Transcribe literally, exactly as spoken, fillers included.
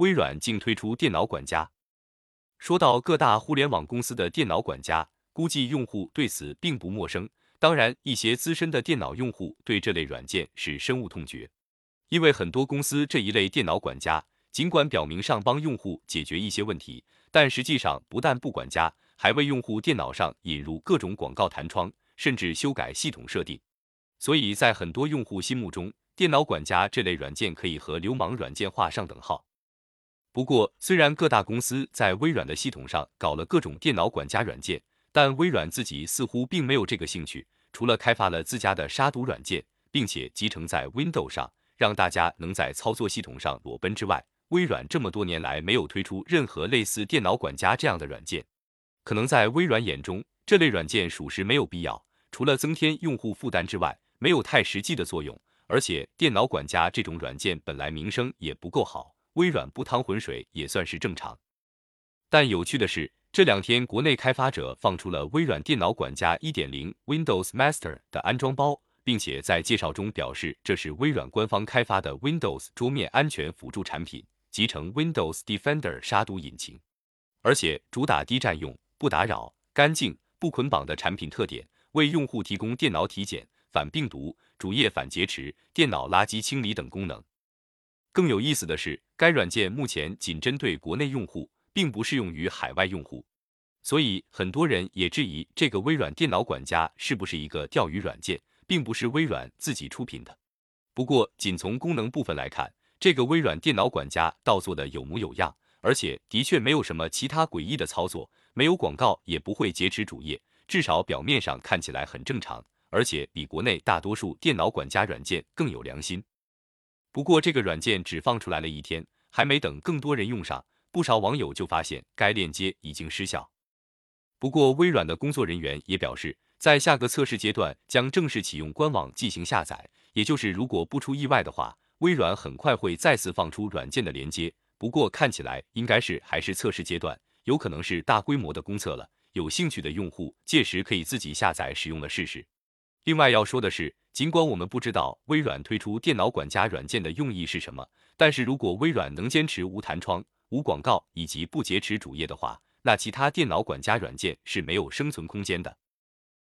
微软竟推出电脑管家。说到各大互联网公司的电脑管家，估计用户对此并不陌生。当然，一些资深的电脑用户对这类软件是深恶痛绝，因为很多公司这一类电脑管家，尽管表明上帮用户解决一些问题，但实际上不但不管家，还为用户电脑上引入各种广告弹窗，甚至修改系统设定。所以在很多用户心目中，电脑管家这类软件可以和流氓软件画上等号。不过，虽然各大公司在微软的系统上搞了各种电脑管家软件，但微软自己似乎并没有这个兴趣，除了开发了自家的杀毒软件，并且集成在 Windows 上，让大家能在操作系统上裸奔之外，微软这么多年来没有推出任何类似电脑管家这样的软件。可能在微软眼中，这类软件属实没有必要，除了增添用户负担之外，没有太实际的作用，而且电脑管家这种软件本来名声也不够好，微软不趟浑水也算是正常。但有趣的是，这两天国内开发者放出了微软电脑管家 一点零 Windows Master 的安装包，并且在介绍中表示这是微软官方开发的 Windows 桌面安全辅助产品，集成 Windows Defender 杀毒引擎，而且主打低占用、不打扰、干净、不捆绑的产品特点，为用户提供电脑体检、反病毒、主页反劫持、电脑垃圾清理等功能。更有意思的是，该软件目前仅针对国内用户，并不适用于海外用户，所以很多人也质疑这个微软电脑管家是不是一个钓鱼软件，并不是微软自己出品的。不过，仅从功能部分来看，这个微软电脑管家倒做的有模有样，而且的确没有什么其他诡异的操作，没有广告，也不会劫持主页，至少表面上看起来很正常，而且比国内大多数电脑管家软件更有良心。不过这个软件只放出来了一天，还没等更多人用上，不少网友就发现该链接已经失效。不过微软的工作人员也表示，在下个测试阶段将正式启用官网进行下载，也就是如果不出意外的话，微软很快会再次放出软件的连接。不过看起来应该是还是测试阶段，有可能是大规模的公测了，有兴趣的用户届时可以自己下载使用了试试。另外要说的是，尽管我们不知道微软推出电脑管家软件的用意是什么，但是如果微软能坚持无弹窗、无广告以及不劫持主页的话，那其他电脑管家软件是没有生存空间的。